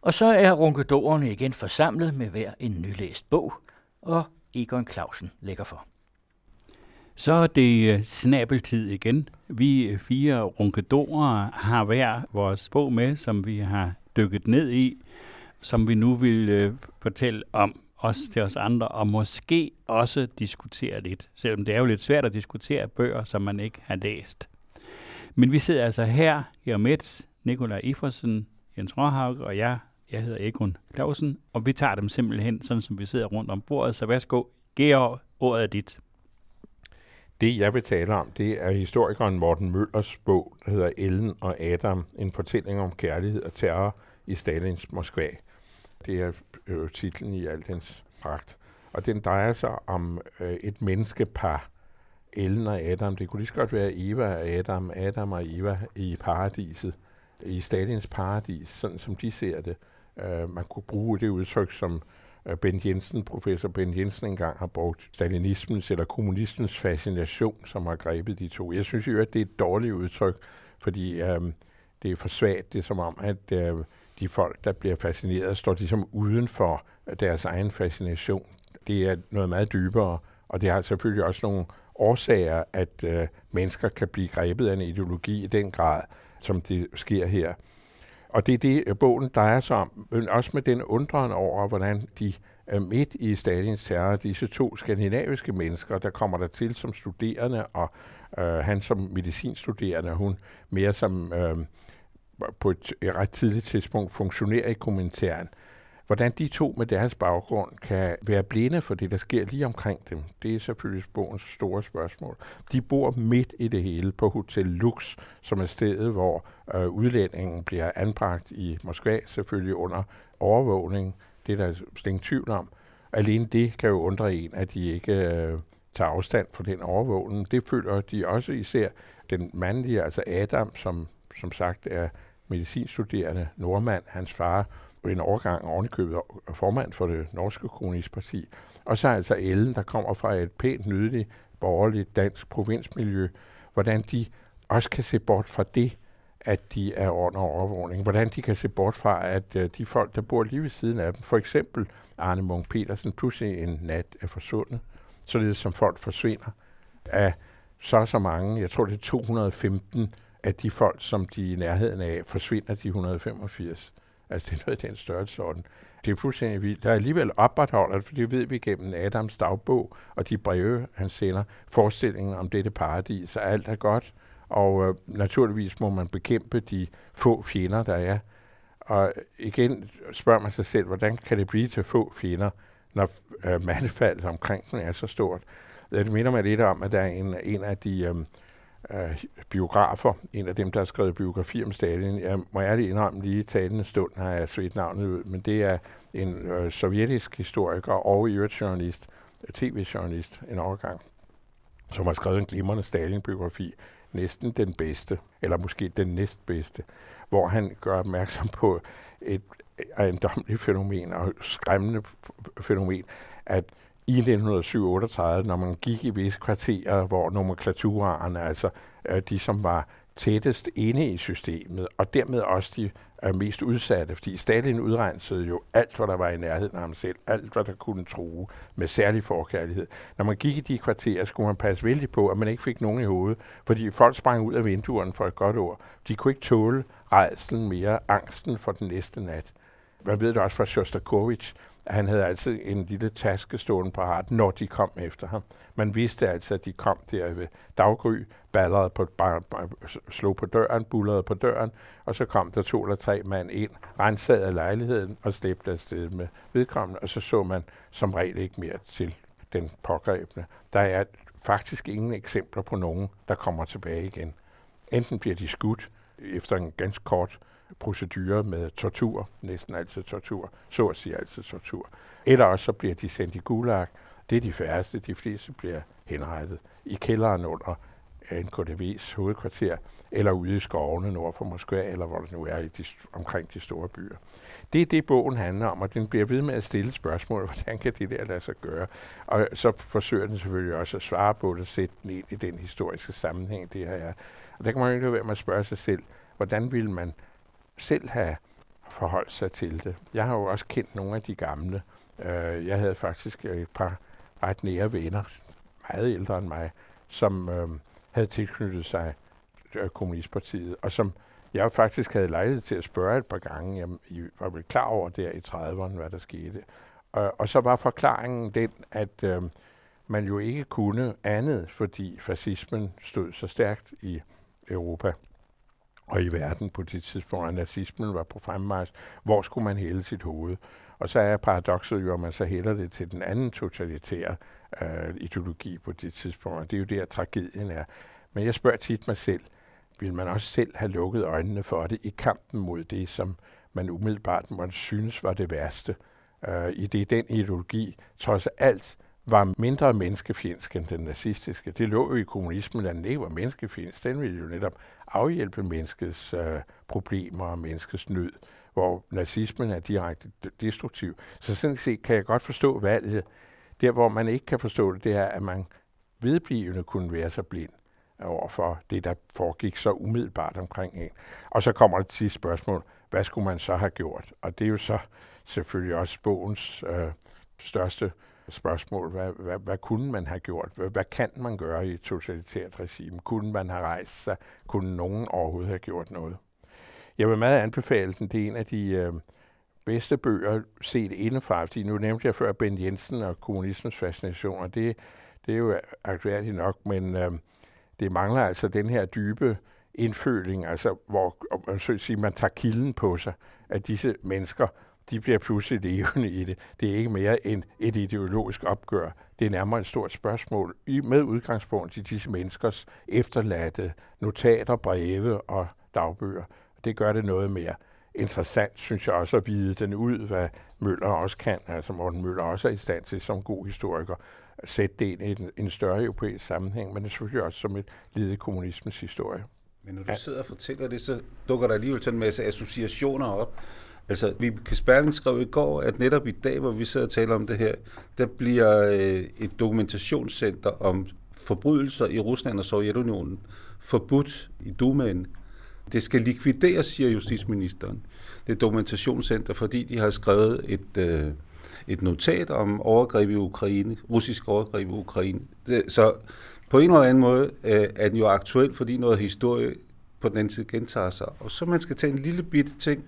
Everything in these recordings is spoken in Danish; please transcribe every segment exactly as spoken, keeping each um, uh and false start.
Og så er ronkedorerne igen forsamlet med hver en nylæst bog, og Egon Clausen lægger for. Så er det snabeltid igen. Vi fire ronkedorer har hver vores bog med, som vi har dykket ned i, som vi nu vil øh, fortælle om os til os andre, og måske også diskutere lidt, selvom det er jo lidt svært at diskutere bøger, som man ikke har læst. Men vi sidder altså her i Omets, Nikolaj Iversen, Jens Råhaug og jeg, jeg hedder Egon Clausen, og vi tager dem simpelthen sådan, som vi sidder rundt om bordet. Så værsgo, Georg, ordet er dit. Det, jeg vil tale om, det er historikeren Morten Møllers bog, der hedder Ellen og Adam, en fortælling om kærlighed og terror i Stalins Moskva. Det er øh, titlen i al dens pragt. Og den drejer sig om øh, et menneskepar, Ellen og Adam. Det kunne lige så godt være Eva og Adam, Adam og Eva i paradiset, i Stalins paradis, sådan som de ser det. Uh, man kunne bruge det udtryk, som uh, Ben Jensen, professor Ben Jensen engang har brugt, stalinismens eller kommunismens fascination, som har grebet de to. Jeg synes jo, at det er et dårligt udtryk, fordi um, det er for svagt. Det er som om, at uh, de folk, der bliver fascineret, står ligesom uden for deres egen fascination. Det er noget meget dybere, og det har selvfølgelig også nogle årsager, at uh, mennesker kan blive grebet af en ideologi i den grad, som det sker her. Og det er det, bogen drejer sig om, men også med den undren over, hvordan de er midt i Stalins terror, disse to skandinaviske mennesker, der kommer der til som studerende, og øh, han som medicinstuderende, hun mere som øh, på et, et ret tidligt tidspunkt funktionerer i kommentaren. Hvordan de to med deres baggrund kan være blinde for det, der sker lige omkring dem, det er selvfølgelig bogens store spørgsmål. De bor midt i det hele på Hotel Lux, som er stedet, hvor øh, udlændingen bliver anbragt i Moskva, selvfølgelig under overvågning. Det er der slet ingen tvivl om. Alene det kan jo undre en, at de ikke øh, tager afstand fra den overvågning. Det føler de også især den mandlige, altså Adam, som som sagt er medicinstuderende nordmand, hans far, en overgang ovenikøbet formand for det norske kommunistparti. Og så altså Ellen, der kommer fra et pænt, nydeligt, borgerligt dansk provinsmiljø. Hvordan de også kan se bort fra det, at de er under overvågning. Hvordan de kan se bort fra, at uh, de folk, der bor lige ved siden af dem, for eksempel Arne Munch Petersen, pludselig en nat er forsvundet, således som folk forsvinder af så så mange, jeg tror det er to hundrede og femten af de folk, som de er i nærheden af, forsvinder de et hundrede og femogfirs. Altså det er noget af den størrelsesorden. Det er fuldstændig vildt. Der er alligevel opretholdt, for det ved vi gennem Adams dagbog og de breve, han sender, forestillingen om dette paradis, og alt er godt. Og øh, naturligvis må man bekæmpe de få fjender, der er. Og igen spørger man sig selv, hvordan kan det blive til få fjender, når øh, mandefaldet omkring den er så stort. Det minder mig lidt om, at der er en, en af de øh, øh, biografer, en af dem, der har skrevet biografi om Stalin. Jeg må ærligt indrømme lige i talende stund, har jeg svedt navnet ud, men det er en øh, sovjetisk historiker og i øvrigt journalist, tv-journalist, en overgang, som har skrevet en glimrende Stalin-biografi, næsten den bedste, eller måske den næstbedste, hvor han gør opmærksom på et ejendommeligt fænomen og skræmmende fænomen, at i nitten syvogtredive, når man gik i visse kvarterer, hvor nomenklaturerne, altså de, som var tættest inde i systemet, og dermed også de er mest udsatte, fordi Stalin udrensede jo alt, hvad der var i nærheden af ham selv, alt, hvad der kunne true med særlig forkærlighed. Når man gik i de kvarterer, skulle man passe vældig på, at man ikke fik nogen i hovedet, fordi folk sprang ud af vinduerne for et godt ord. De kunne ikke tåle rædslen mere, angsten for den næste nat. Man ved det også fra Shostakovich, at han havde altid en lille taske stående parat, når de kom efter ham. Man vidste altså, at de kom der ved daggry, ballerede på, bare, bare, slog på døren, bullerede på døren, og så kom der to eller tre mand ind, rensede lejligheden og slæbte afsted med vedkommende, og så så man som regel ikke mere til den pågrebne. Der er faktisk ingen eksempler på nogen, der kommer tilbage igen. Enten bliver de skudt efter en ganske kort procedurer med tortur, næsten altid tortur, så at sige altid tortur. Eller også så bliver de sendt i Gulag. Det er de færreste, de fleste bliver henrettet i kælderen under N K D V's hovedkvarter, eller ude i skovene nord for Moskva, eller hvor det nu er i de, omkring de store byer. Det er det, bogen handler om, og den bliver ved med at stille spørgsmål, hvordan kan det der lade sig gøre? Og så forsøger den selvfølgelig også at svare på det, sætte den ind i den historiske sammenhæng, det her er. Og der kan man jo ikke være med at spørge sig selv, hvordan vil man selv have forholdt sig til det. Jeg har jo også kendt nogle af de gamle. Øh, jeg havde faktisk et par ret nære venner, meget ældre end mig, som øh, havde tilknyttet sig øh, Kommunistpartiet, og som jeg faktisk havde lejlighed til at spørge et par gange. Jeg, I var vel klar over der i trediverne, hvad der skete. Og, og så var forklaringen den, at øh, man jo ikke kunne andet, fordi fascismen stod så stærkt i Europa og i verden på det tidspunkt, og nazismen var på fremmarch. Hvor skulle man hælde sit hoved? Og så er paradokset jo, at man så hælder det til den anden totalitære øh, ideologi på det tidspunkt, og det er jo der, tragedien er. Men jeg spørger tit mig selv, vil man også selv have lukket øjnene for det i kampen mod det, som man umiddelbart måtte synes var det værste? Uh, I det den ideologi, trods alt, var mindre menneskefjendsk end den nazistiske. Det lå jo i kommunismen, at den ikke var menneskefjendsk. Den ville jo netop afhjælpe menneskets uh, problemer og menneskets nød, hvor nazismen er direkte destruktiv. Så sådan set kan jeg godt forstå valget. Der, hvor man ikke kan forstå det, det er, at man vedblivende kunne være så blind over for det, der foregik så umiddelbart omkring en. Og så kommer det til spørgsmål, hvad skulle man så have gjort? Og det er jo så selvfølgelig også bogens øh, største spørgsmål. Hvad, hvad, hvad kunne man have gjort? Hvad, hvad kan man gøre i et totalitært regime? Kunne man have rejst sig? Kunne nogen overhovedet have gjort noget? Jeg vil meget anbefale den. Det er en af de øh, bedste bøger set indefra, fordi nu nævnte jeg før Ben Jensen og kommunismens fascinationer. Det, det er jo aktuelt nok, men øh, det mangler altså den her dybe indføling, altså hvor man, så at sige, man tager kilden på sig, at disse mennesker, de bliver pludselig levende i det. Det er ikke mere end et ideologisk opgør. Det er nærmere et stort spørgsmål med udgangspunkt i disse menneskers efterladte notater, breve og dagbøger. Det gør det noget mere interessant, synes jeg også, at vide den ud, hvad Møller også kan, altså Morten Møller også er i stand til som god historiker, sætte det ind i en, en større europæisk sammenhæng, men det synes jeg også som et led i kommunismens historie. Men når du ja. sidder og fortæller det, så dukker der alligevel sådan en masse associationer op. Altså, Vibeke Sperling skrev i går, at netop i dag, hvor vi sidder og taler om det her, der bliver øh, et dokumentationscenter om forbrydelser i Rusland og Sovjetunionen forbudt i Dumaen. Det skal likvideres, siger justitsministeren. Det er et dokumentationscenter, fordi de har skrevet et, øh, et notat om overgreb i Ukraine, russisk overgreb i Ukraine. Det, så på en eller anden måde øh, er den jo aktuel, fordi noget historie på den anden side gentager sig. Og så man skal tage en lille bitte ting,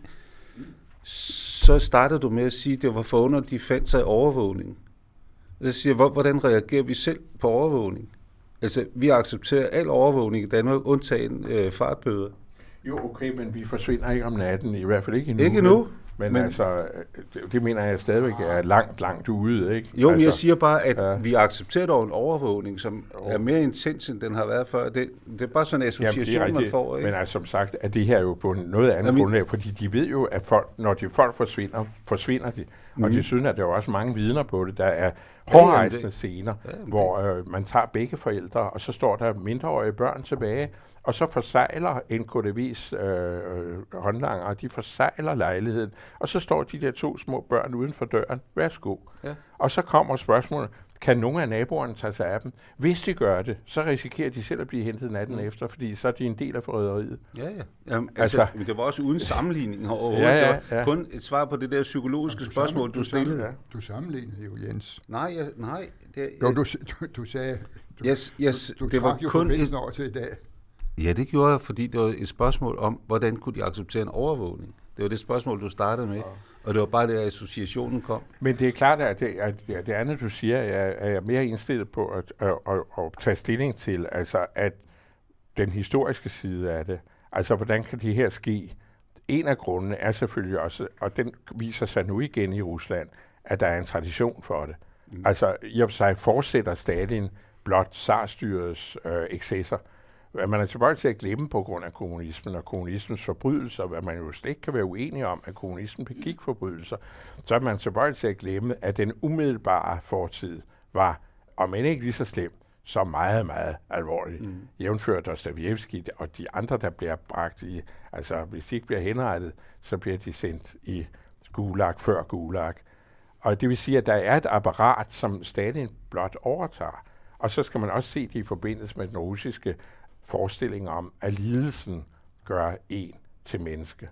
så starter du med at sige, at det var forunderligt, de fandt sig i overvågning. Jeg siger, hvordan reagerer vi selv på overvågning? Altså, vi accepterer al overvågning i Danmark, undtagen øh, fartbøder. Jo, okay, men vi forsvinder ikke om natten, i hvert fald ikke endnu. Ikke endnu. Men, men altså, det, det mener jeg stadigvæk er langt, langt ude, ikke? Jo, men altså, jeg siger bare, at ja. vi accepterer dog en overvågning, som jo. er mere intens, end den har været før. Det, det er bare sådan en association, Jamen, man får, ikke? Men altså, som sagt, at det her er jo på noget andet Jamen, grundlag, fordi de ved jo, at folk, når de folk forsvinder, forsvinder de. Mm. Og desuden er der jo også mange vidner på det. Der er hårdrejsende scener, ja, hvor øh, man tager begge forældre, og så står der mindreårige børn tilbage, og så forsejler N K D V's øh, håndlanger, de forsejler lejligheden, og så står de der to små børn uden for døren. Værsgo. Ja. Og så kommer spørgsmålet, kan nogle af naboerne tage sig af dem? Hvis de gør det, så risikerer de selv at blive hentet natten mm. efter, fordi så er de en del af forræderiet. Ja, ja. Jamen, altså, altså, men det var også uden sammenligning overhovedet. Ja, ja, ja. Det var kun et svar på det der psykologiske du spørgsmål, du, du stillede. Sammen, du sammenlignede jo, Jens. Nej, jeg, nej. Det, jo, du, du, du sagde, du, yes, yes, du, du det trak var jo kun forbindelsen over til i dag. Ja, det gjorde jeg, fordi det var et spørgsmål om, hvordan kunne de acceptere en overvågning. Det var det spørgsmål, du startede med, ja. Og det var bare det, at associationen kom. Men det er klart, at det, at det andet, du siger, er, er jeg mere indstillet på at, at, at, at tage stilling til, altså at den historiske side af det, altså hvordan kan det her ske? En af grundene er selvfølgelig også, og den viser sig nu igen i Rusland, at der er en tradition for det. Mm. Altså i og for sig fortsætter Stalin blot zarstyrets øh, excesser, at man er tilbage til at glemme på grund af kommunismen og kommunismens forbrydelser, hvad man jo slet ikke kan være uenig om, at kommunismen begik forbrydelser, så er man tilbage til at glemme, at den umiddelbare fortid var, om end ikke lige så slem, så meget, meget alvorlig. Mm. Jævnfør Dostojevskij og de andre, der bliver bragt i, altså hvis de ikke bliver henrettet, så bliver de sendt i Gulag før Gulag. Og det vil sige, at der er et apparat, som Stalin blot overtager. Og så skal man også se det i forbindelse med den russiske forestilling om, at lidelsen gør en til menneske.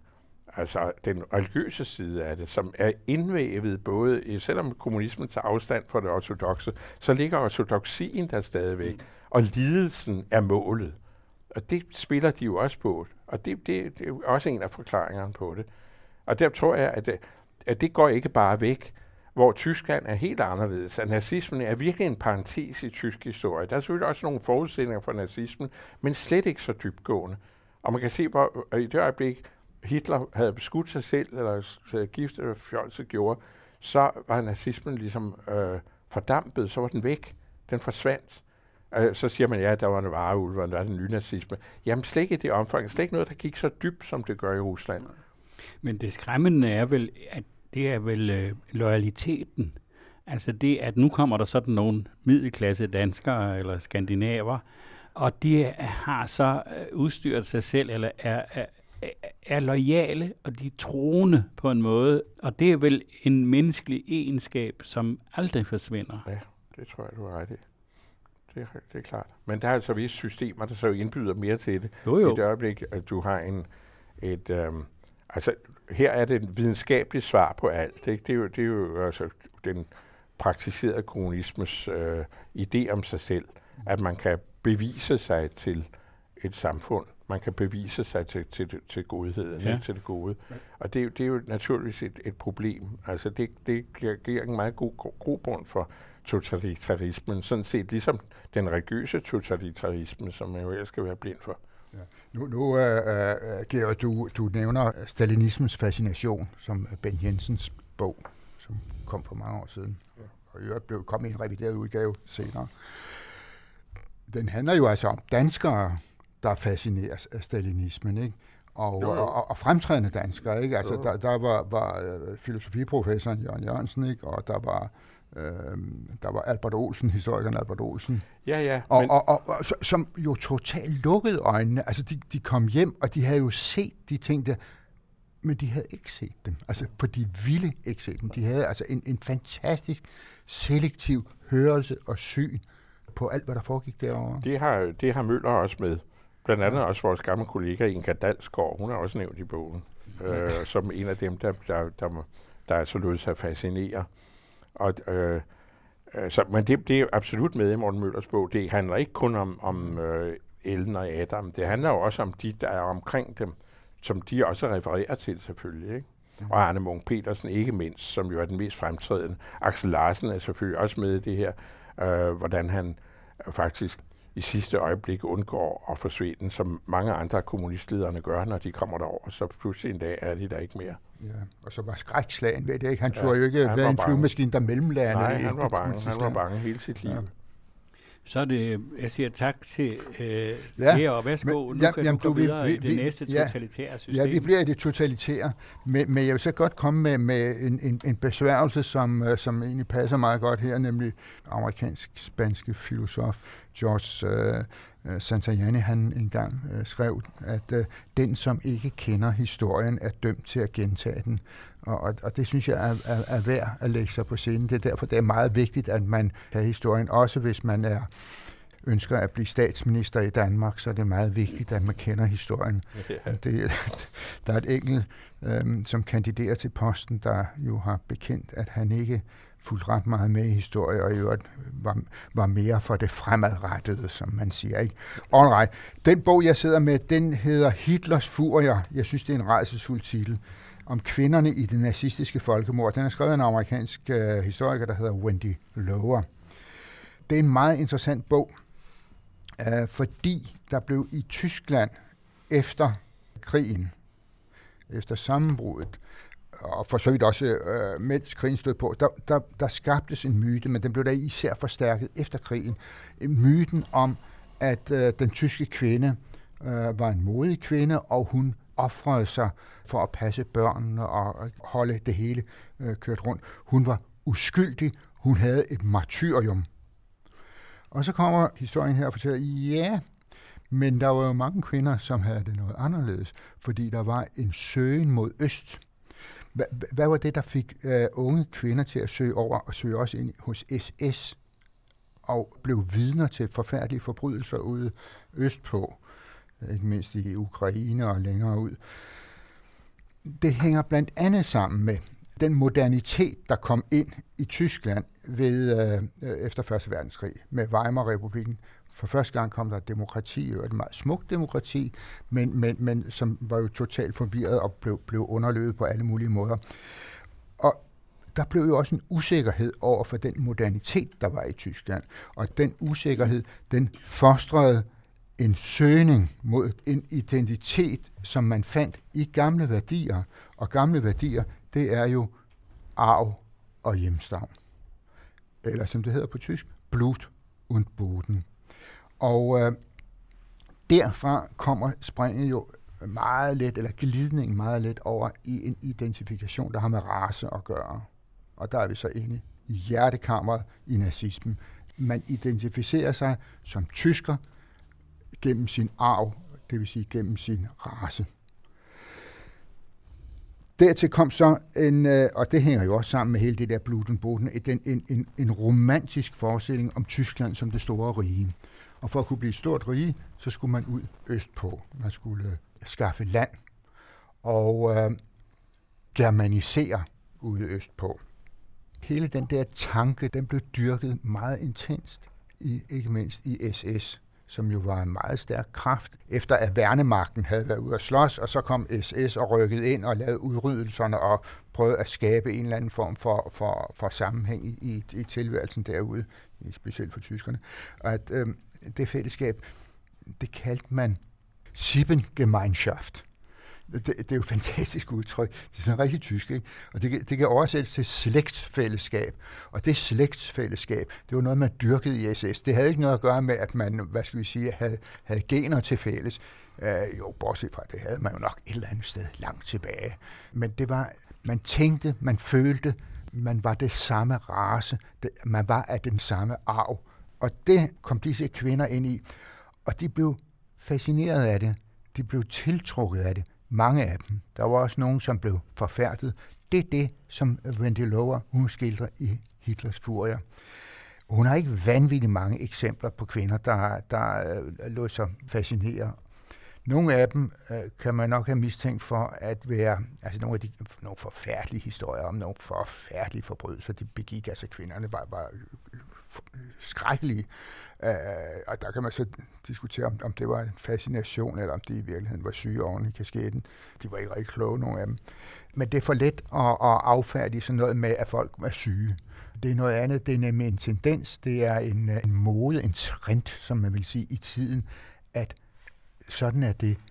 altså den religiøse side af det, som er indvævet både, selvom kommunismen tager afstand fra det ortodokse, så ligger ortodoksien der stadigvæk, mm. og lidelsen er målet. Og det spiller de jo også på, og det, det, det er jo også en af forklaringerne på det. Og der tror jeg, at det, at det går ikke bare væk, hvor Tyskland er helt anderledes. At nazismen er virkelig en parentes i tysk historie. Der er selvfølgelig også nogle forudsætninger for nazismen, men slet ikke så dybtgående. Og man kan se, hvor i det øjeblik Hitler havde beskudt sig selv, eller gift eller fjolset gjorde, så var nazismen ligesom øh, fordampet, så var den væk. Den forsvandt. Øh, så siger man, ja, der var en vareulv, og der var den nye nazisme. Jamen slet ikke i det omfang. Slet ikke noget, der gik så dybt, som det gør i Rusland. Men det skræmmende er vel, at det er vel øh, loyaliteten. Altså det, at nu kommer der sådan nogle middelklasse danskere eller skandinaver, og de har så udstyret sig selv, eller er, er, er loyale, og de er troende på en måde. Og det er vel en menneskelig egenskab, som aldrig forsvinder. Ja, det tror jeg, du har ret i. Det, det er klart. Men der er altså visse systemer, der så indbyder mere til det. Jo, jo. I det øjeblik, at du har en, et... Øhm, altså, her er det et videnskabeligt svar på alt. Det, det, er, jo, det er jo altså den praktiserede kommunismes øh, idé om sig selv, at man kan bevise sig til et samfund. Man kan bevise sig til, til, til, til godheden, ja. til det gode. Og det, det er jo naturligvis et, et problem. Altså, det, det giver en meget god grobund for totalitarismen. Sådan set ligesom den religiøse totalitarisme, som man jo ellers skal være blind for. Ja. Nu, nu uh, uh, Georg, du, du nævner stalinismens fascination, som Ben Jensens bog, som kom for mange år siden, ja. og i øvrigt blev kom i en revideret udgave senere. Den handler jo altså om danskere, der fascineres af stalinismen, ikke? Og, jo, jo. og, og fremtrædende danskere, ikke? Altså, der, der var, var uh, filosofiprofessoren Jørgen Jørgensen, ikke? Og der var Øhm, der var Albert Olsen, historikeren Albert Olsen, ja, ja, og, men... og, og, og, som jo totalt lukkede øjnene. Altså, de, de kom hjem, og de havde jo set de ting der, men de havde ikke set dem. Altså, for de ville ikke se dem. De havde altså en, en fantastisk selektiv hørelse og syn på alt, hvad der foregik derovre. Det har, det har Møller også med. Blandt andet også vores gamle kollega Inga Dalsgaard, hun har også nævnt i bogen, øh, som en af dem, der, der, der, der altså lod sig fascinere. Og, øh, så, men det, det er absolut med i Morten Møllers bog. Det handler ikke kun om, om øh, Ellen og Adam. Det handler jo også om de, der er omkring dem, som de også refererer til selvfølgelig. Ikke? Og Arne Munk Petersen ikke mindst, som jo er den mest fremtrædende. Axel Larsen er selvfølgelig også med i det her, øh, hvordan han øh, faktisk i sidste øjeblik undgår at forsvinde, som mange andre kommunistlederne gør, når de kommer derover. Så pludselig en dag er de der ikke mere. Ja, og så var skrækslagen ved det, ikke? Han ja, turde jo ikke være en flyvemaskine, der mellemlærende. Nej, han var bange. Han var bange hele sit liv. Ja. Så er det, jeg siger tak til øh, ja, her, og værsgo, men, nu ja, kan jamen, du gå vi, videre vi, i det vi, næste ja, totalitære system. Ja, vi bliver i det totalitære, men, men jeg vil så godt komme med, med en, en, en besværgelse, som, uh, som egentlig passer meget godt her, nemlig amerikansk-spanske filosof George uh, Santayana, han engang uh, skrev, at uh, den, som ikke kender historien, er dømt til at gentage den. Og, og, og det synes jeg er, er, er værd at lægge sig på scenen. Det er derfor, det er meget vigtigt, at man har historien, også hvis man er ønsker at blive statsminister i Danmark, så er det meget vigtigt, at man kender historien. Ja. Det, der er et enkelt, øhm, som kandiderer til posten, der jo har bekendt, at han ikke fulgte ret meget med i historie, og i øvrigt var, var mere for det fremadrettede, som man siger. Ikke? All right. Den bog, jeg sidder med, den hedder Hitlers Furier. Jeg synes, det er en rædselsfuld titel. Om kvinderne i det nazistiske folkemord. Den er skrevet af en amerikansk øh, historiker, der hedder Wendy Lower. Det er en meget interessant bog, øh, fordi der blev i Tyskland efter krigen, efter sammenbruddet, og for så vidt også øh, mens krigen stod på, der, der, der skabtes en myte, men den blev der især forstærket efter krigen. Myten om, at øh, den tyske kvinde øh, var en modig kvinde, og hun ofrede sig for at passe børnene og holde det hele øh, kørt rundt. Hun var uskyldig. Hun havde et martyrium. Og så kommer historien her og fortæller, ja, men der var jo mange kvinder, som havde det noget anderledes, fordi der var en søgen mod øst. Hva, hvad var det, der fik øh, unge kvinder til at søge over og søge også ind hos S S og blev vidner til forfærdelige forbrydelser ude østpå, ikke mindst i Ukraine og længere ud? det hænger blandt andet sammen med den modernitet, der kom ind i Tyskland ved, øh, efter første verdenskrig med Weimar-republikken. For første gang kom der et demokrati, og et meget smukt demokrati, men, men, men som var jo totalt forvirret og blev, blev underløbet på alle mulige måder. Og der blev jo også en usikkerhed over for den modernitet, der var i Tyskland. Og den usikkerhed, den fostrede en søgning mod en identitet, som man fandt i gamle værdier. Og gamle værdier, det er jo arv og hjemstavn. Eller som det hedder på tysk, Blut und Boden. Og øh, derfra kommer springet jo meget let, eller glidningen meget let over i en identifikation, der har med race at gøre. Og der er vi så inde i hjertekammeret i nazismen. Man identificerer sig som tysker gennem sin arv, det vil sige gennem sin race. Dertil kom så en, og det hænger jo også sammen med hele det der Blut und Boden, en, en, en, en romantisk forestilling om Tyskland som det store rige. Og for at kunne blive et stort rige, så skulle man ud østpå. Man skulle skaffe land og øh, germanisere ude østpå. Hele den der tanke, den blev dyrket meget intenst, i, ikke mindst i S S, som jo var en meget stærk kraft, efter at værnemagten havde været ude at slås, og så kom S S og rykkede ind og lavede udryddelserne og prøvede at skabe en eller anden form for, for, for sammenhæng i, i, i tilværelsen derude, specielt for tyskerne. Og at øh, det fællesskab, det kaldte man Siebengemeinschaft. Det, det er jo et fantastisk udtryk. Det er sådan rigtig tysk, ikke? Og det, det kan oversættes til slægtsfællesskab. Og det slægtsfællesskab, det var noget, man dyrkede i S S. Det havde ikke noget at gøre med, at man, hvad skal vi sige, havde, havde gener til fælles. Uh, jo, bortset fra, det havde man jo nok et eller andet sted langt tilbage. Men det var, man tænkte, man følte, man var det samme race. Det, man var af den samme arv. Og det kom disse kvinder ind i. Og de blev fascineret af det. De blev tiltrukket af det. Mange af dem. Der var også nogen, som blev forfærdet. Det er det, som Wendy Lower, hun skildrer i Hitlers Furier. Hun har ikke vanvittigt mange eksempler på kvinder, der, der uh, lod sig fascinere. Nogle af dem uh, kan man nok have mistænkt for at være, altså nogle af de nogle forfærdelige historier om nogle forfærdelige forbrydelser, de begik, altså kvinderne var, var skrækkelige. Uh, og der kan man så diskutere, om, om det var en fascination, eller om de i virkeligheden var syge oven i kasketten. De var ikke rigtig kloge, nogle af dem. Men det er for let at, at affærdige sådan noget med, at folk er syge. Det er noget andet. Det er nemlig en tendens. Det er en, en mode, en trend, som man vil sige i tiden, at sådan er det.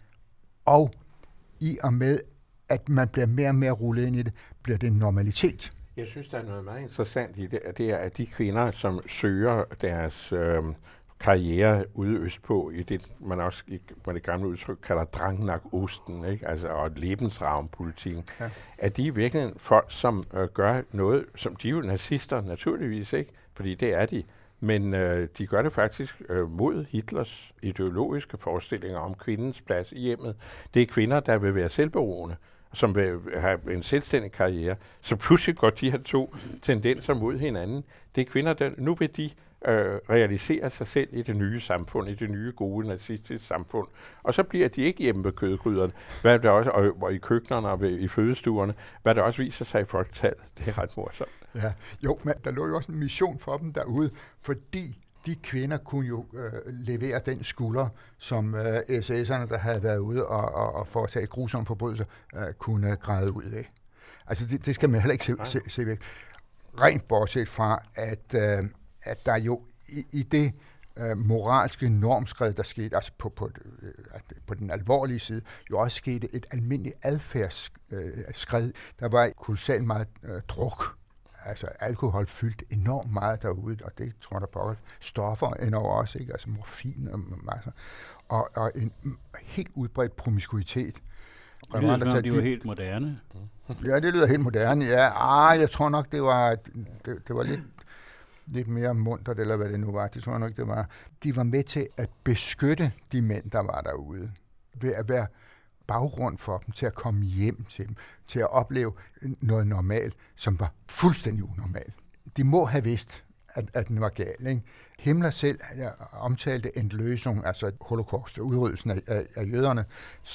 Og i og med, at man bliver mere og mere rullet ind i det, bliver det en normalitet. Jeg synes, der er noget meget interessant i det, det er, at de kvinder, som søger deres øh, karriere ude østpå, i det, man også med det gamle udtryk kalder Drang nach Osten, ikke? Altså, og Lebensraumpolitikken, ja. At de virkelig folk, som øh, gør noget, som de er jo nazister naturligvis, ikke? Fordi det er de, men øh, de gør det faktisk øh, mod Hitlers ideologiske forestillinger om kvindens plads i hjemmet. Det er kvinder, der vil være selvberoende, som vil have en selvstændig karriere, så pludselig går de her to tendenser mod hinanden. Det er kvinder, der nu vil de øh, realisere sig selv i det nye samfund, i det nye gode nazistiske samfund. Og så bliver de ikke hjemme ved kødgryderne, hvad der også, og, og i køkkenerne og ved, i fødestuerne, hvad der også viser sig i folketallet. Det er ret morsomt. Ja, jo, men der lå jo også en mission for dem derude, fordi de kvinder kunne jo øh, levere den skulder, som øh, S S'erne, der havde været ude og, og, og foretage grusomme forbrydelser, øh, kunne græde ud af. Altså det, det skal man heller ikke se, se, se væk. Rent bortset fra, at, øh, at der jo i, i det øh, moralske normskred, der skete, altså på, på, øh, på den alvorlige side, jo også skete et almindeligt adfærdsskred. Øh, der var kolossalt meget øh, druk. Altså alkohol fyldt enormt meget derude, og det tror jeg, der pokker. Stoffer endnu også, ikke? Altså morfin og masser. Og, og en helt udbredt promiskuitet. Det lyder som om, de var helt moderne. Ja, det lyder helt moderne. Ja, ah, jeg tror nok, det var, det, det var lidt, lidt mere muntert, eller hvad det nu var. Det tror jeg nok, det var. De var med til at beskytte de mænd, der var derude, ved at være baggrund for dem, til at komme hjem til dem, til at opleve noget normalt, som var fuldstændig unormalt. De må have vidst, at, at den var gal, ikke? Himmler selv omtalte en løsning, altså holocaust, udryddelsen af, af, af jøderne, som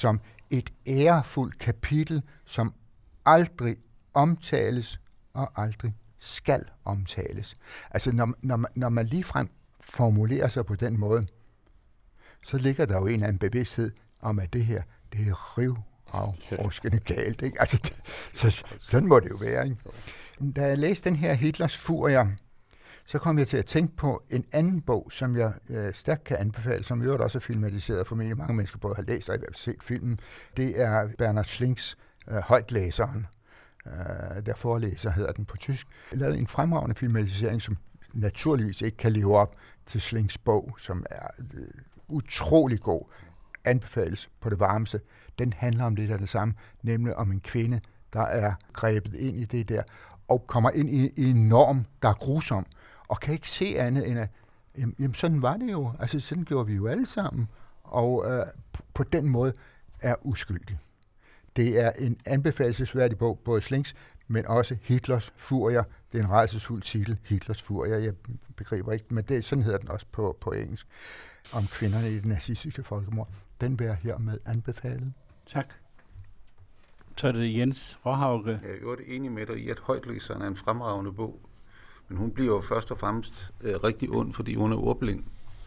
et ærefuldt kapitel, som aldrig omtales og aldrig skal omtales. Altså, når, når, man, når man ligefrem formulerer sig på den måde, så ligger der jo en eller anden bevidsthed om, at det her, det er rivravruskende galt, ikke? Altså, det, så, sådan må det jo være, ikke? Da jeg læste den her Hitlers Furier, så kom jeg til at tænke på en anden bog, som jeg øh, stærkt kan anbefale, som i øvrigt også er filmatiseret, og formentlig mange mennesker både har læst og i hvert fald set filmen. Det er Bernhard Schlings øh, Højtlæseren, øh, der forelæser, hedder den på tysk. Jeg lavede en fremragende filmatisering, som naturligvis ikke kan leve op til Schlings bog, som er øh, utrolig god. Anbefales på det varmeste. Den handler om lidt af det samme, nemlig om en kvinde, der er grebet ind i det der, og kommer ind i, i en norm, der er grusom, og kan ikke se andet end at, jamen, jamen sådan var det jo, altså sådan gjorde vi jo alle sammen, og øh, på den måde er uskyldig. Det er en anbefalelsesværdig bog, både Schlings, men også Hitlers Furier. Det er en rædselsfuld titel, Hitlers Furier, jeg begriber ikke, men det, sådan hedder den også på, på engelsk, om kvinderne i det nazistiske folkemord. Den vil jeg hermed anbefale. Tak. Så er det Jens Råhauge. Jeg er jo enig med dig i, at Højtlæseren er en fremragende bog. Men hun bliver jo først og fremmest øh, rigtig ond, fordi hun er ordblind.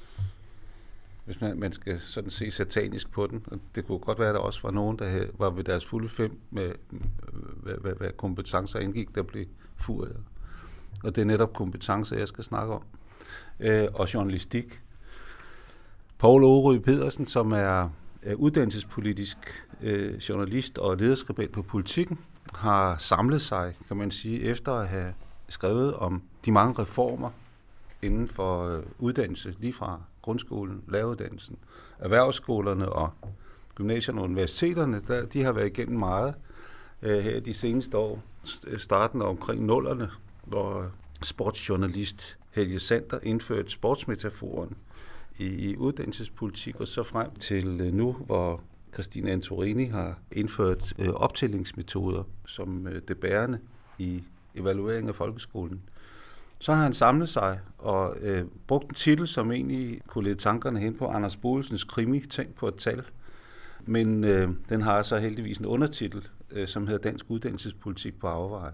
Hvis man, man skal sådan se satanisk på den. Og det kunne godt være, at der også var nogen, der havde, var ved deres fulde fem med, hvad, hvad, hvad kompetencer indgik, der blev furier. Og det er netop kompetencer, jeg skal snakke om. Øh, og journalistik. Poul Årø Pedersen, som er, er uddannelsespolitisk øh, journalist og lederskribent på Politikken, har samlet sig, kan man sige, efter at have skrevet om de mange reformer inden for øh, uddannelse, lige fra grundskolen, læreruddannelsen, erhvervsskolerne og gymnasierne og universiteterne, der, de har været igennem meget øh, her de seneste år, starten omkring nullerne, hvor sportsjournalist Helge Sander indførte sportsmetaforen i, i uddannelsespolitik, og så frem til øh, nu, hvor Christine Antorini har indført øh, optællingsmetoder som øh, det bærende i evaluering af folkeskolen. Så har han samlet sig og øh, brugt en titel, som egentlig kunne lede tankerne hen på Anders Boelsens krimi, Tænk på et tal. Men øh, den har så heldigvis en undertitel, øh, som hedder Dansk Uddannelsespolitik på afveje.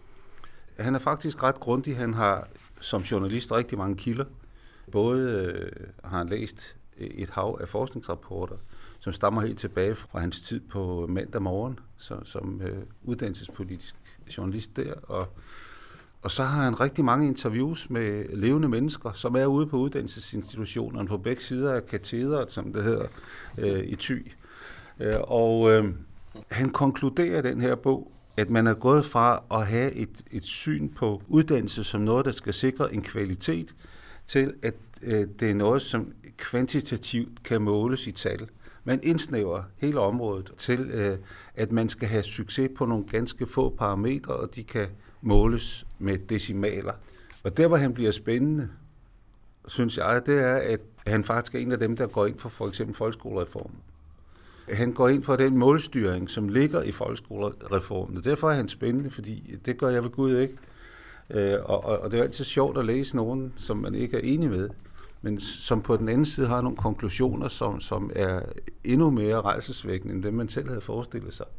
Han er faktisk ret grundig. Han har som journalist rigtig mange kilder. Både øh, har han læst et hav af forskningsrapporter, som stammer helt tilbage fra hans tid på mandag morgen som, som øh, uddannelsespolitisk journalist der, og, og så har han rigtig mange interviews med levende mennesker, som er ude på uddannelsesinstitutionerne på begge sider af katedret, som det hedder, øh, i Thy. Øh, og øh, han konkluderer den her bog, at man er gået fra at have et, et syn på uddannelse som noget, der skal sikre en kvalitet, til at øh, det er noget, som kvantitativt kan måles i tal. Man indsnæver hele området til, øh, at man skal have succes på nogle ganske få parametre, og de kan måles med decimaler. Og der, hvor han bliver spændende, synes jeg, det er, at han faktisk er en af dem, der går ind for for eksempel folkeskolereformen. Han går ind for den målstyring, som ligger i folkeskolereformen, og derfor er han spændende, fordi det gør jeg ved Gud ikke. Og, og, og det er altid sjovt at læse nogen, som man ikke er enig med, men som på den anden side har nogle konklusioner, som, som er endnu mere rædselsvækkende, end dem man selv havde forestillet sig.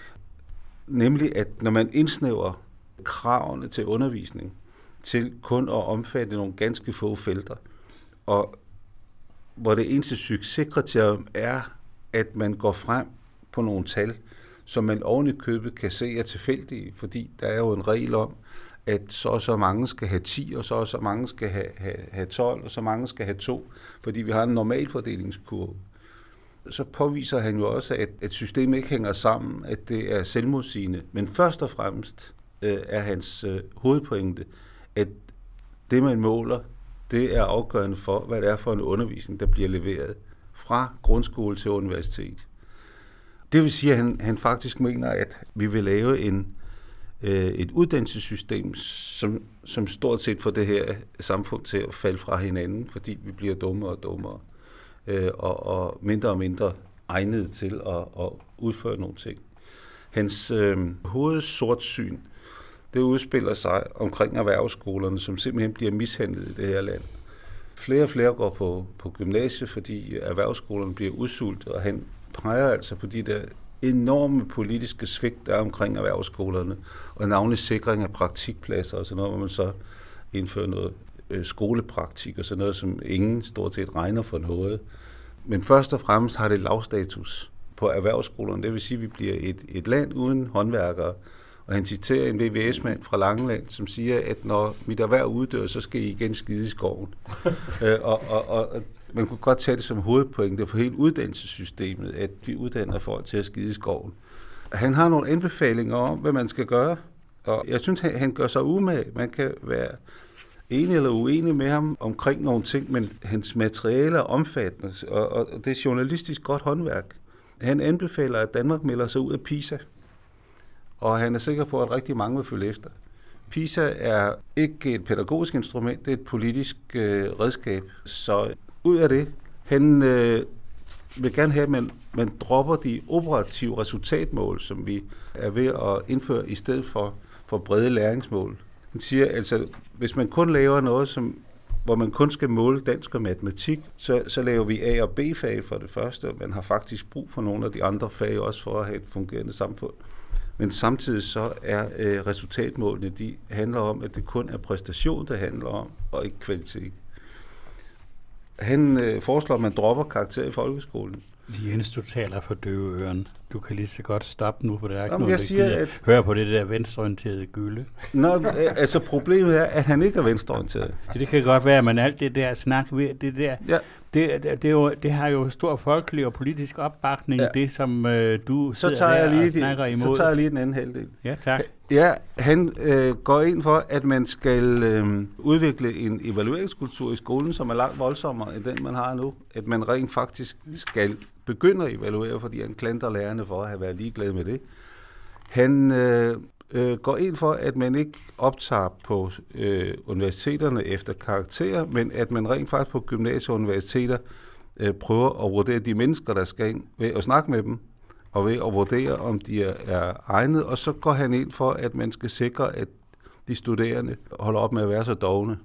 Nemlig, at når man indsnæver kravene til undervisning til kun at omfatte nogle ganske få felter, og hvor det eneste succeskriterium er, at man går frem på nogle tal, som man oven i købet kan se er tilfældige, fordi der er jo en regel om, at så og så mange skal have ti, og så og så mange skal have, have, have tolv, og så mange skal have to, fordi vi har en normalfordelingskurve. Så påviser han jo også, at, at systemet ikke hænger sammen, at det er selvmodsigende. Men først og fremmest øh, er hans øh, hovedpointe, at det, man måler, det er afgørende for, hvad det er for en undervisning, der bliver leveret fra grundskole til universitet. Det vil sige, at han, han faktisk mener, at vi vil lave en et uddannelsessystem, som, som stort set får det her samfund til at falde fra hinanden, fordi vi bliver dummere og dummere, øh, og, og mindre og mindre egnet til at, at udføre nogle ting. Hans øh, hovedsortsyn, det udspiller sig omkring erhvervsskolerne, som simpelthen bliver mishandlet i det her land. Flere og flere går på, på gymnasiet, fordi erhvervsskolerne bliver udsultet, og han peger altså på de der enorme politiske svigt, der er omkring erhvervsskolerne, og navnlig sikring af praktikpladser og sådan noget, hvor man så indfører noget øh, skolepraktik og sådan noget, som ingen stort set regner for noget. Men først og fremmest har det lavstatus på erhvervsskolerne. Det vil sige, at vi bliver et, et land uden håndværkere. Og han citerer en V V S-mand fra Langeland, som siger, at når mit erhverv uddør, så skal I igen skide i skoven. øh, og, og, og man kunne godt tage det som hovedpointe for hele uddannelsessystemet, at vi uddanner folk til at skide i skoven. Han har nogle anbefalinger om, hvad man skal gøre, og jeg synes, han, han gør sig umage. Man kan være enig eller uenig med ham omkring nogle ting, men hans materiale er omfattende, og, og det er journalistisk godt håndværk. Han anbefaler, at Danmark melder sig ud af PISA, og han er sikker på, at rigtig mange vil følge efter. PISA er ikke et pædagogisk instrument, det er et politisk øh, redskab. Så ud af det, han øh, vil gerne have, at man, man dropper de operative resultatmål, som vi er ved at indføre i stedet for, for brede læringsmål. Han siger, altså, hvis man kun laver noget, som, hvor man kun skal måle dansk og matematik, så, så laver vi A- og B-fag for det første, og man har faktisk brug for nogle af de andre fag også for at have et fungerende samfund. Men samtidig så er øh, resultatmålene, de handler om, at det kun er præstation, det handler om, og ikke kvalitet. Han øh, foreslår, at man dropper karakter i folkeskolen. Jens, du taler for døve øren. Du kan lige så godt stoppe nu, for der er ikke Jamen, nogen, jeg der siger, gider at... høre på det der venstreorienterede gylde. Nå, altså problemet er, at han ikke er venstreorienteret. Ja, det kan godt være, men alt det der snak, det der, ja. det, det, det, er jo, det har jo stor folkelig og politisk opbakning, ja. Det som øh, du så sidder tager der jeg lige og snakker de, imod. Så tager jeg lige den anden halvdel. Ja, tak. Ja, han øh, går ind for, at man skal øh, udvikle en evalueringskultur i skolen, som er langt voldsommere end den, man har nu. At man rent faktisk skal begynde at evaluere, fordi han klandrer lærerne for at have været ligeglade med det. Han øh, øh, går ind for, at man ikke optager på øh, universiteterne efter karakterer, men at man rent faktisk på gymnasier og universiteter øh, prøver at vurdere de mennesker, der skal ind, ved at snakke med dem, og ved at vurdere, om de er, er egnet. Og så går han ind for, at man skal sikre, at de studerende holder op med at være så dovne.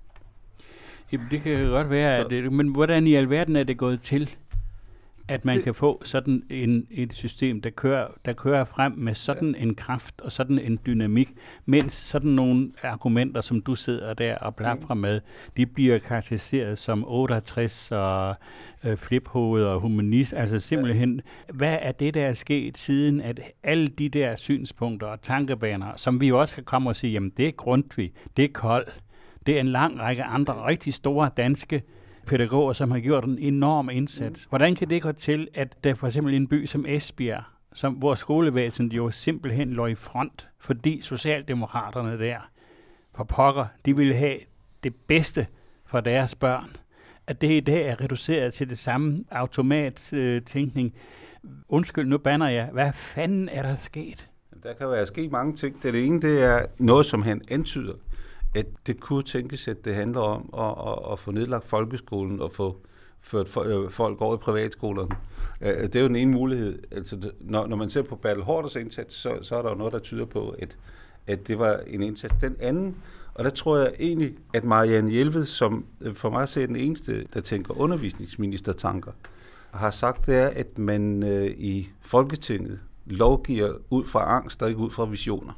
Jamen, det kan godt være, at det, men hvordan i alverden er det gået til, at man det, kan få sådan en, et system, der kører, der kører frem med sådan ja. en kraft og sådan en dynamik, mens sådan nogle argumenter, som du sidder der og plaprer med, de bliver karakteriseret som otteogtres og øh, fliphoved og humanist. Altså simpelthen, ja. hvad er det, der er sket siden, at alle de der synspunkter og tankebaner, som vi også kan komme og sige, jamen det er Grundtvig, det er Kold, det er en lang række andre rigtig store danske pædagoger, som har gjort en enorm indsats. Hvordan kan det gå til, at der for eksempel i en by som Esbjerg, som, hvor skolevæsenet jo simpelthen lå i front, fordi socialdemokraterne der, for pokker, de ville have det bedste for deres børn, at det i dag er reduceret til det samme automattænkning. Undskyld, nu banner jeg. Hvad fanden er der sket? Der kan være sket mange ting. Det ene, det er noget, som han antyder, at det kunne tænkes, at det handler om at, at, at få nedlagt folkeskolen og få ført folk over i privatskolerne. Det er jo den ene mulighed. Altså, når, når man ser på Bertel Haarders indsats, så, så er der jo noget, der tyder på, at, at det var en indsats. Den anden, og der tror jeg egentlig, at Marianne Jelved, som for mig ser den eneste, der tænker undervisningsministertanker, har sagt, det er, at man øh, i Folketinget lovgiver ud fra angst og ikke ud fra visioner.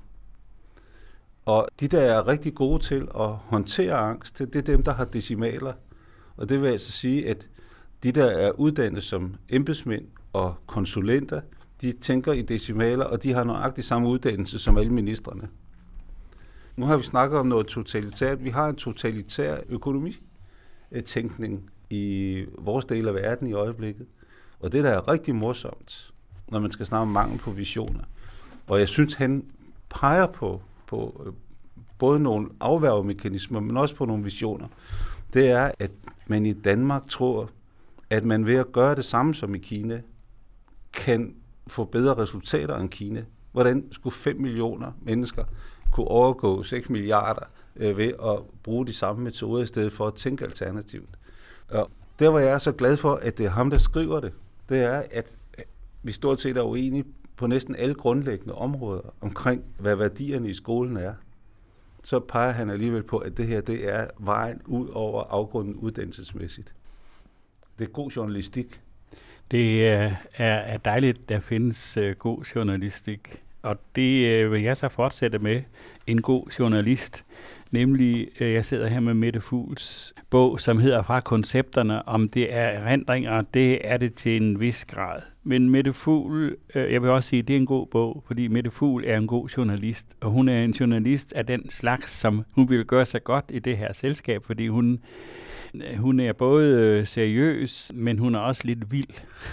Og de, der er rigtig gode til at håndtere angst, det er dem, der har decimaler. Og det vil altså sige, at de, der er uddannet som embedsmænd og konsulenter, de tænker i decimaler, og de har nøjagtigt samme uddannelse som alle ministrene. Nu har vi snakket om noget totalitært. Vi har en totalitær økonomitænkning i vores del af verden i øjeblikket. Og det, der er rigtig morsomt, når man skal snakke om mangel på visioner. Og jeg synes, han peger på på både nogle afværgemekanismer, men også på nogle visioner, det er, at man i Danmark tror, at man ved at gøre det samme som i Kina, kan få bedre resultater end Kina. Hvordan skulle fem millioner mennesker kunne overgå seks milliarder øh, ved at bruge de samme metoder, i stedet for at tænke alternativt? Og der, hvor jeg er så glad for, at det er ham, der skriver det, det er, at vi stort set er uenige på næsten alle grundlæggende områder omkring, hvad værdierne i skolen er, så peger han alligevel på, at det her, det er vejen ud over afgrunden uddannelsesmæssigt. Det er god journalistik. Det er, er dejligt, der findes uh, god journalistik, og det uh, vil jeg så fortsætte med, en god journalist. Nemlig, uh, jeg sidder her med Mette Fugls bog, som hedder Fra koncepterne, om det er erindringer, det er det til en vis grad. Men Mette Fugl, uh, jeg vil også sige, at det er en god bog, fordi Mette Fugl er en god journalist, og hun er en journalist af den slags, som hun vil gøre sig godt i det her selskab, fordi hun Hun er både seriøs, men hun er også lidt vild.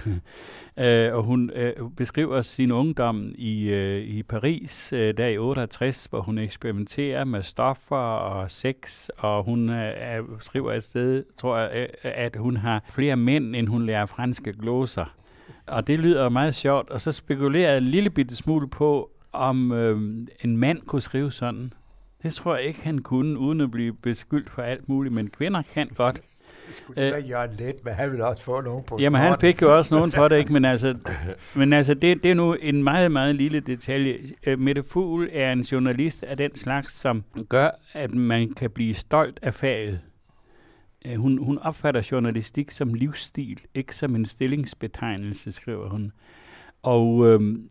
uh, og hun uh, beskriver sin ungdom i, uh, i Paris, uh, der i otteogtres, hvor hun eksperimenterer med stoffer og sex, og hun uh, skriver et sted, tror jeg, uh, at hun har flere mænd, end hun lærer franske gloser. Og det lyder meget sjovt, og så spekulerer jeg en lille bitte smule på, om uh, en mand kunne skrive sådan. Det tror jeg ikke, han kunne, uden at blive beskyldt for alt muligt, men kvinder kan godt. Det skulle ikke være Jørgen Leth, men han ville også få nogen på. Jamen, han fik jo også nogen for det, ikke? Men altså, men altså det, det er nu en meget, meget lille detalje. Mette Fugl er en journalist af den slags, som gør, at man kan blive stolt af faget. Hun, hun opfatter journalistik som livsstil, ikke som en stillingsbetegnelse, skriver hun. Og øhm,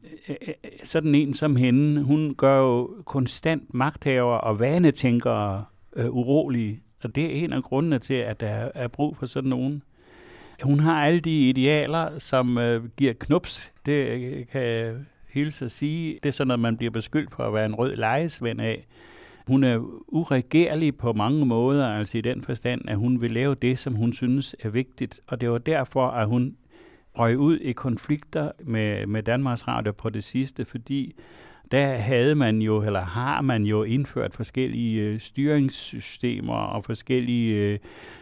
sådan en som hende, hun gør jo konstant magthaver og vanetænkere øh, urolige. Og det er en af grundene til, at der er brug for sådan nogen. Hun har alle de idealer, som øh, giver knups. Det kan jeg hilse at sige. Det er sådan, at man bliver beskyldt for at være en rød lejesvend af. Hun er uregerlig på mange måder, altså i den forstand, at hun vil lave det, som hun synes er vigtigt. Og det var derfor, at hun røg ud i konflikter med, med Danmarks Radio på det sidste, fordi der havde man jo, eller har man jo indført forskellige øh, styringssystemer og forskellige øh,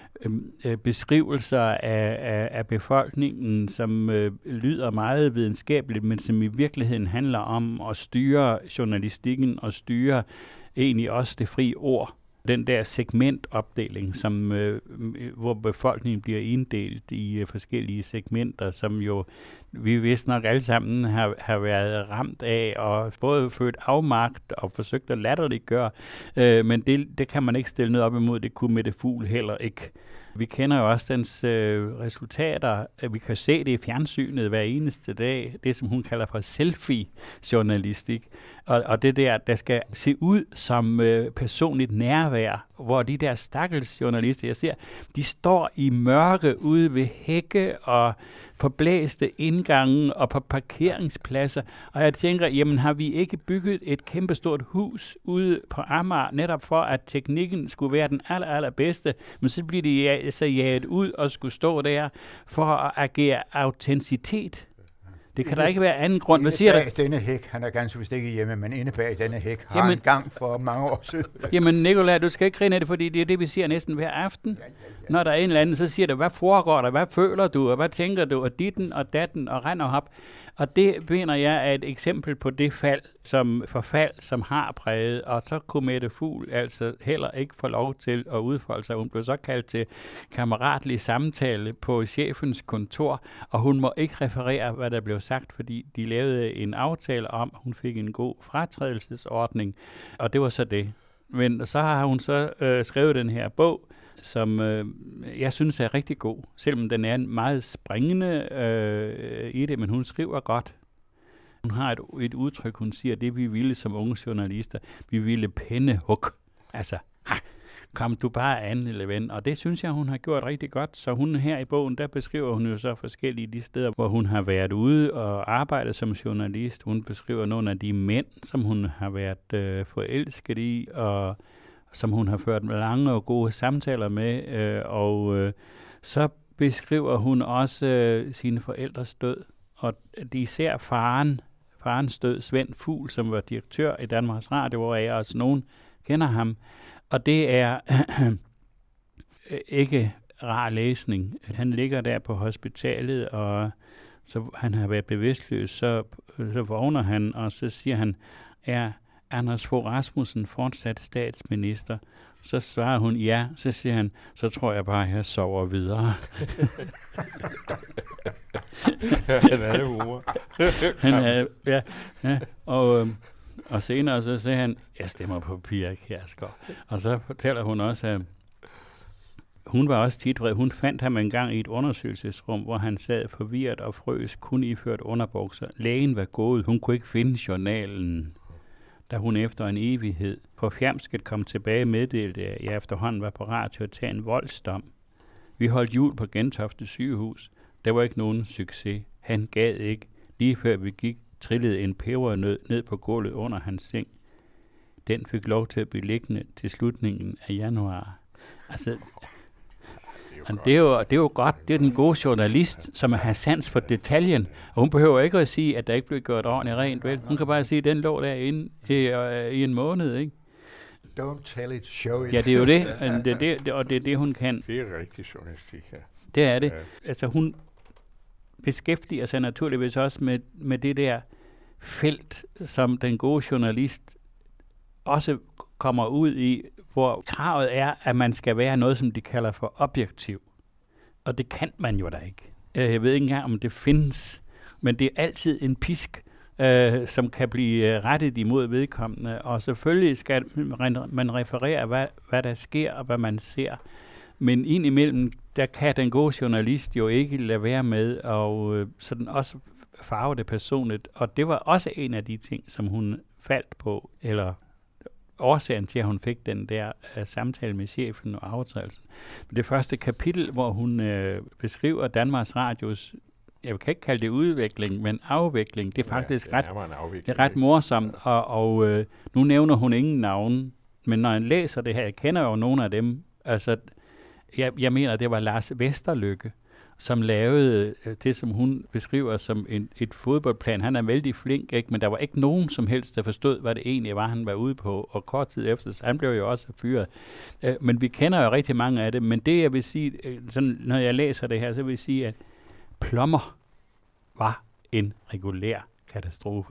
øh, beskrivelser af, af, af befolkningen, som øh, lyder meget videnskabeligt, men som i virkeligheden handler om at styre journalistikken og styre egentlig også det frie ord. Den der segmentopdeling, som, øh, hvor befolkningen bliver inddelt i øh, forskellige segmenter, som jo vi vist nok alle sammen har, har været ramt af, og både født afmagt og forsøgt at latterliggøre, øh, men det, det kan man ikke stille noget op imod, det kunne Mette Fugl heller ikke. Vi kender jo også dens øh, resultater. Vi kan se det i fjernsynet hver eneste dag. Det, som hun kalder for selfie-journalistik. Og, og det der, der skal se ud som øh, personligt nærvær, hvor de der stakkels journalister, jeg ser, de står i mørke ude ved hække og forblæste indgange og på parkeringspladser. Og jeg tænker, jamen har vi ikke bygget et kæmpestort hus ude på Amager, netop for at teknikken skulle være den aller, allerbedste, men så bliver de så jaget ud og skulle stå der for at agere autenticitet. Det kan der ikke være anden grund. Hvad siger bag denne hæk, han er ganske vist ikke hjemme, men inde bag denne hæk har jamen, en gang for mange år siden. Jamen Nicolai, du skal ikke grine af det, fordi det er det, vi siger næsten hver aften. Ja, ja, ja. Når der er en eller anden, så siger du, hvad foregår der, hvad føler du, og hvad tænker du, og ditten og datten og rend og hop. Og det mener jeg er et eksempel på det fald, som forfald, som har præget, og så kunne Mette Fugl altså heller ikke få lov til at udfolde sig. Hun blev så kaldt til kammeratlig samtale på chefens kontor, og hun må ikke referere, hvad der blev sagt, fordi de lavede en aftale om, at hun fik en god fratrædelsesordning, og det var så det. Men så har hun så øh, skrevet den her bog, som øh, jeg synes er rigtig god, selvom den er meget springende øh, i det, men hun skriver godt. Hun har et, et udtryk, hun siger, det vi ville som unge journalister, vi ville pennehug. Altså, ha, kom du bare an, lille ven. Og det synes jeg, hun har gjort rigtig godt. Så hun her i bogen, der beskriver hun jo så forskellige de steder, hvor hun har været ude og arbejdet som journalist. Hun beskriver nogle af de mænd, som hun har været øh, forelsket i, og som hun har ført lange og gode samtaler med, øh, og øh, så beskriver hun også øh, sine forældres død, og de især faren, farens død, Svend Fugl, som var direktør i Danmarks Radio, hvor jeg også nogen kender ham, og det er ikke rar læsning. Han ligger der på hospitalet, og så han har været bevidstløs, så, så vågner han, og så siger han, er Anders Fogh Rasmussen fortsat statsminister? Så svarer hun ja, så siger han, så tror jeg bare, at jeg sover videre. Han er det humor. Han er, ja, ja, og, øhm, og senere så siger han, jeg stemmer på Pia Kjærsgaard. Og så fortæller hun også, at hun var også tit vred. Hun fandt ham engang i et undersøgelsesrum, hvor han sad forvirret og frøs, kun iført underbukser. Lægen var gået. Hun kunne ikke finde journalen, da hun efter en evighed på fjamsket kom tilbage meddelte, at jeg efterhånden var parat til at tage en voldsdom. Vi holdt jul på Gentofte sygehus. Der var ikke nogen succes. Han gad ikke. Lige før vi gik, trillede en pebernød ned på gulvet under hans seng. Den fik lov til at blive liggende til slutningen af januar. Altså, det er, jo, det er jo godt. Det er den gode journalist, som har sans for detaljen. Og hun behøver ikke at sige, at der ikke blev gjort ordentligt rent. Vel? Hun kan bare sige, at den lå derinde i, i en måned. Ikke? Don't tell it, show it. Ja, det er jo det. det, det, det og det er det, hun kan. Det er rigtig journalistik, ja. Det er det. Ja. Altså, hun beskæftiger sig naturligvis også med, med det der felt, som den gode journalist også kommer ud i, hvor kravet er, at man skal være noget, som de kalder for objektiv. Og det kan man jo da ikke. Jeg ved ikke engang, om det findes, men det er altid en pisk, øh, som kan blive rettet imod vedkommende. Og selvfølgelig skal man referere, hvad, hvad der sker og hvad man ser. Men indimellem, der kan den gode journalist jo ikke lade være med og øh, sådan også farve det personligt. Og det var også en af de ting, som hun faldt på, eller årsagen til, at hun fik den der uh, samtale med chefen og aftrædelsen. Det første kapitel, hvor hun uh, beskriver Danmarks Radios, jeg kan ikke kalde det udvikling, men afvikling, det er faktisk ja, det er ret, det er ret morsomt, og, og uh, nu nævner hun ingen navne, men når jeg læser det her, jeg kender jo nogle af dem, altså, jeg, jeg mener, det var Lars Vesterlykke, som lavede det, som hun beskriver som en, et fodboldplan. Han er vældig flink, ikke? Men der var ikke nogen som helst, der forstod, hvad det egentlig var, han var ude på. Og kort tid efter, så han blev jo også fyret. Men vi kender jo rigtig mange af det. Men det, jeg vil sige, sådan, når jeg læser det her, så vil jeg sige, at Plummer var en regulær katastrofe.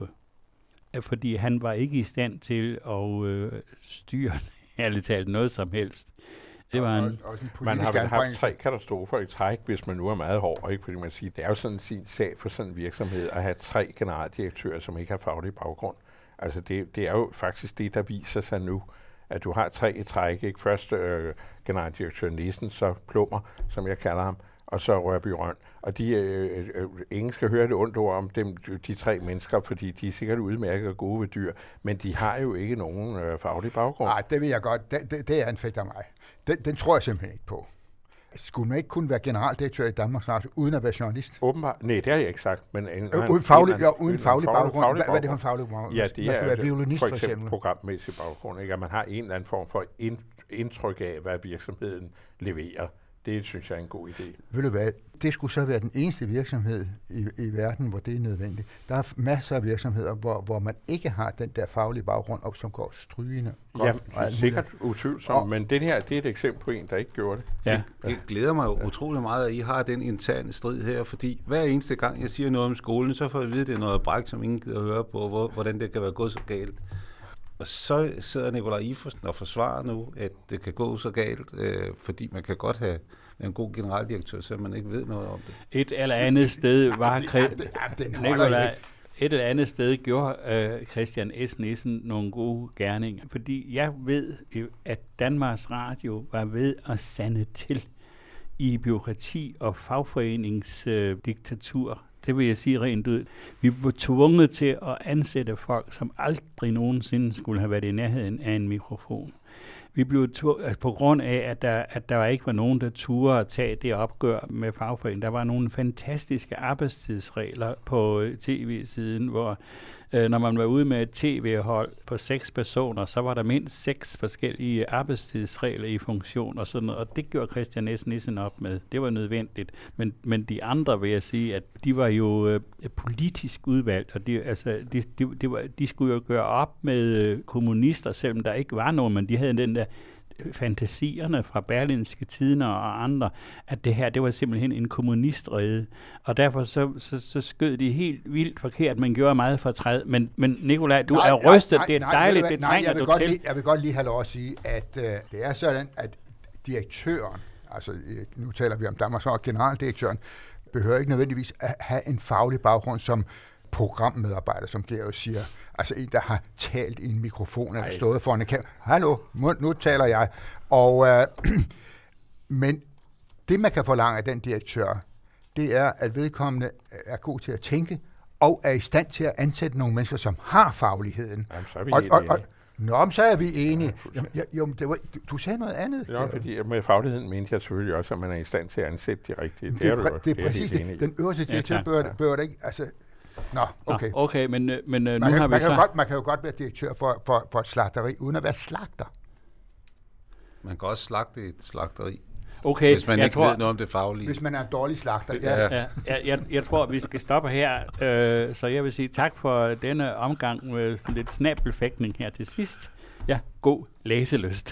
Fordi han var ikke i stand til at øh, styre ærligt talt noget som helst. Det var en, og, og en man har vel haft tre katastrofer i træk, hvis man nu er meget hård, ikke? Fordi man siger, det er jo sådan sin sag for sådan en virksomhed at have tre generaldirektører, som ikke har faglig baggrund. Altså det, det er jo faktisk det, der viser sig nu, at du har tre i træk, ikke? Først øh, generaldirektør Nissen, så Plummer, som jeg kalder ham, og så Rørby Røn. Og de, øh, øh, ingen skal høre det ondt ord om dem, de tre mennesker, fordi de er sikkert udmærket og gode ved dyr, men de har jo ikke nogen øh, faglig baggrund. Nej, det vil jeg godt. Det, det, det anfægter mig. Den, den tror jeg simpelthen ikke på. Skulle man ikke kunne være generaldirektør i Danmarks Radio, uden at være journalist? Åbenbart. Nej, det har jeg ikke sagt. Men en, øh, uden faglig, en, ja, uden en faglig baggrund. baggrund. Hvad, hvad er det for en faglig baggrund? Ja, det man skal er være violinist, for for eksempel eksempel. Programmæssig baggrund. Ikke? At man har en eller anden form for ind, indtryk af, hvad virksomheden leverer. Det synes jeg er en god idé. Ved du hvad? Det skulle så være den eneste virksomhed i, i verden, hvor det er nødvendigt. Der er masser af virksomheder, hvor, hvor man ikke har den der faglige baggrund, op, som går strygende. Ja, sikkert utvivlsomt, men det her det er et eksempel på en, der ikke gjorde det. Ja. Det, det glæder mig jo utrolig meget, at I har den interne strid her, fordi hver eneste gang, jeg siger noget om skolen, så får jeg at vide, at det er noget bræk, som ingen gider at høre på, hvor, hvordan det kan være gået så galt. Og så sidder Nikolaj Iversen og forsvarer nu, at det kan gå så galt, øh, fordi man kan godt have en god generaldirektør, så man ikke ved noget om det. Et eller andet sted var Nikolaj, et eller andet sted gjorde øh, Christian S. Nissen nogle gode gerninger, fordi jeg ved, at Danmarks Radio var ved at sande til i bureaukrati og fagforeningsdiktatur. Øh, Det vil jeg sige rent ud. Vi var tvunget til at ansætte folk, som aldrig nogensinde skulle have været i nærheden af en mikrofon. Vi blev tv- altså på grund af, at der, at der ikke var nogen, der turde at tage det opgør med fagforeningen. Der var nogle fantastiske arbejdstidsregler på tv-siden, hvor øh, når man var ude med et tv-hold på seks personer, så var der mindst seks forskellige arbejdstidsregler i funktion og sådan noget. Og det gjorde Christian S. Nissen op med. Det var nødvendigt. Men, men de andre, vil jeg sige, at de var jo øh, politisk udvalgt, og de, altså, de, de, de, var, de skulle jo gøre op med øh, kommunister, selvom der ikke var nogen, men de havde den der fantasierne fra Berlingske Tidende og andre, at det her, det var simpelthen en kommunistrede. Og derfor så, så, så skød de helt vildt forkert, man gjorde meget fortræd. Men, men Nikolaj, du nej, er rystet, nej, nej, det er dejligt, nej, det trænger nej, du til. Lige, jeg vil godt lige have lov at sige, at øh, det er sådan, at direktøren, altså nu taler vi om Danmarks Radio, generaldirektøren, behøver ikke nødvendigvis at have en faglig baggrund som programmedarbejder, som Georg siger. Altså en, der har talt i en mikrofon eller stået foran en kamera. Hallo, nu taler jeg. Og, øh, men Det, man kan forlange af den direktør, det er, at vedkommende er god til at tænke, og er i stand til at ansætte nogle mennesker, som har fagligheden. Jamen, så er vi og, helt og, enige. og, Nå, så er vi enige. Ja, Jamen, jeg, jo, det var, du, du sagde noget andet. Ja, fordi med fagligheden mente jeg selvfølgelig også, at man er i stand til at ansætte de rigtige. Det, det er, er, præ- du, det er det er præcis helt enig i. det. Den øverste direktør Ja, bør, ja. bør det ikke... Altså, nå, okay. Nå, okay, men, øh, men øh, nu Man har kan, vi man, så... kan jo godt, man kan jo godt være direktør for, for, for et slagteri, uden at være slagter. Man kan også slagte et slagteri, Okay, hvis man jeg ikke tror, ved noget om det faglige. Hvis man er en dårlig slagter. Ja. Ja. Ja, jeg, jeg, jeg tror, vi skal stoppe her, øh, så jeg vil sige tak for denne omgang med sådan lidt snabelfægtning her til sidst. Ja, god læselyst.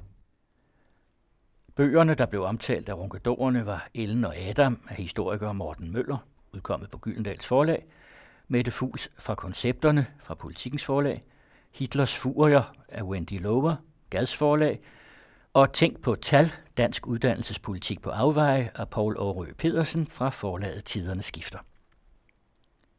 Bøgerne, der blev omtalt af Ronkedorerne, var Ellen og Adam af historiker Morten Møller, udkommet på Gyldendals forlag, Mette Fugls fra Koncepterne fra Politikens forlag, Hitlers Furier af Wendy Lover, Gads forlag, og Tænk på tal, dansk uddannelsespolitik på afveje af Poul Aarø Pedersen fra forlaget Tiderne Skifter.